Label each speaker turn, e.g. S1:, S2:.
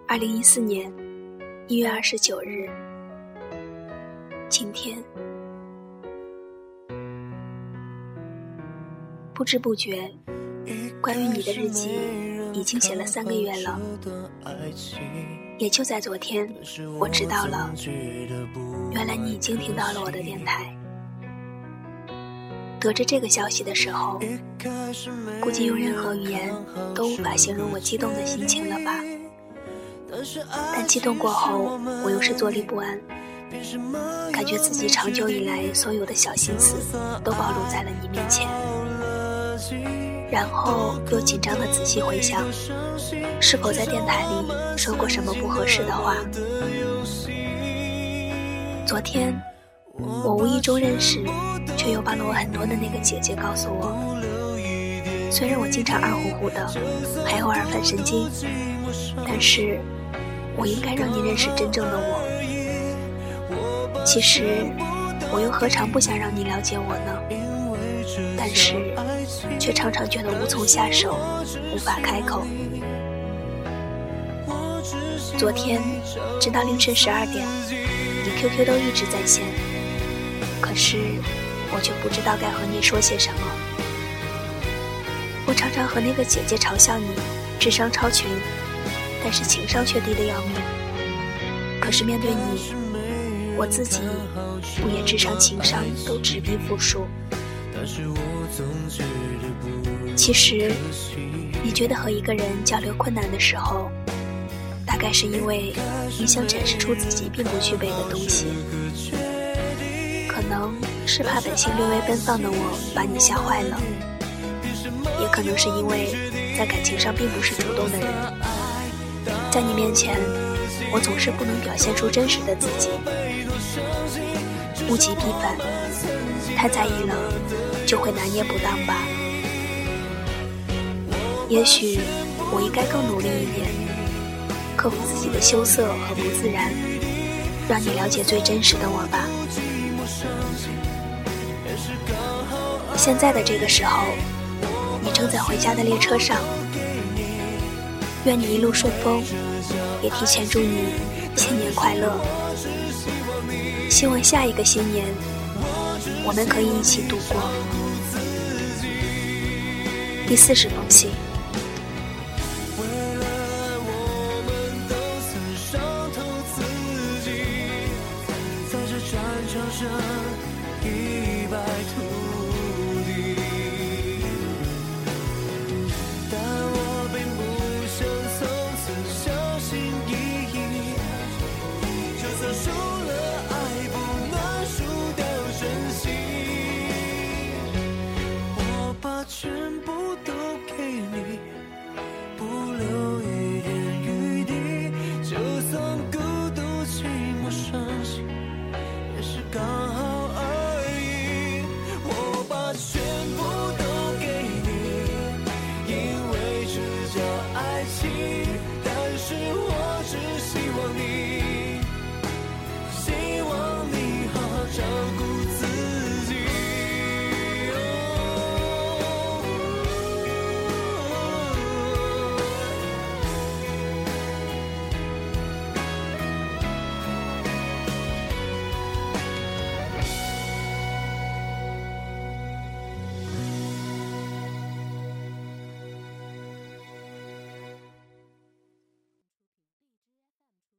S1: 2014年1月29日，晴天。不知不觉，关于你的日记已经写了3个月了。也就在昨天，我知道了，原来你已经听到了我的电台。得知这个消息的时候，估计用任何语言都无法形容我激动的心情了吧。但激动过后，我又是坐立不安，感觉自己长久以来所有的小心思都暴露在了你面前，然后又紧张地仔细回想，是否在电台里说过什么不合适的话。昨天我无意中认识却又帮了我很多的那个姐姐告诉我，虽然我经常二乎乎的，还偶尔犯神经，但是我应该让你认识真正的我。其实我又何尝不想让你了解我呢？但是却常常觉得无从下手，无法开口。昨天直到凌晨12点，你 QQ 都一直在线，可是我却不知道该和你说些什么。我常常和那个姐姐嘲笑你智商超群，但是情商却低得要命。可是面对你，我自己不也智商情商都直逼负数。其实你觉得和一个人交流困难的时候，大概是因为你想展示出自己并不具备的东西，可能是怕本性略微奔放的我把你吓坏了，也可能是因为在感情上并不是主动的人，在你面前我总是不能表现出真实的自己，物极必反，太在意了就会拿捏不当吧。也许我应该更努力一点，克服自己的羞涩和不自然，让你了解最真实的我吧。现在的这个时候，你正在回家的列车上，愿你一路顺风，也提前祝你新年快乐。希望下一个新年我们可以一起度过。第40封信。在这战场上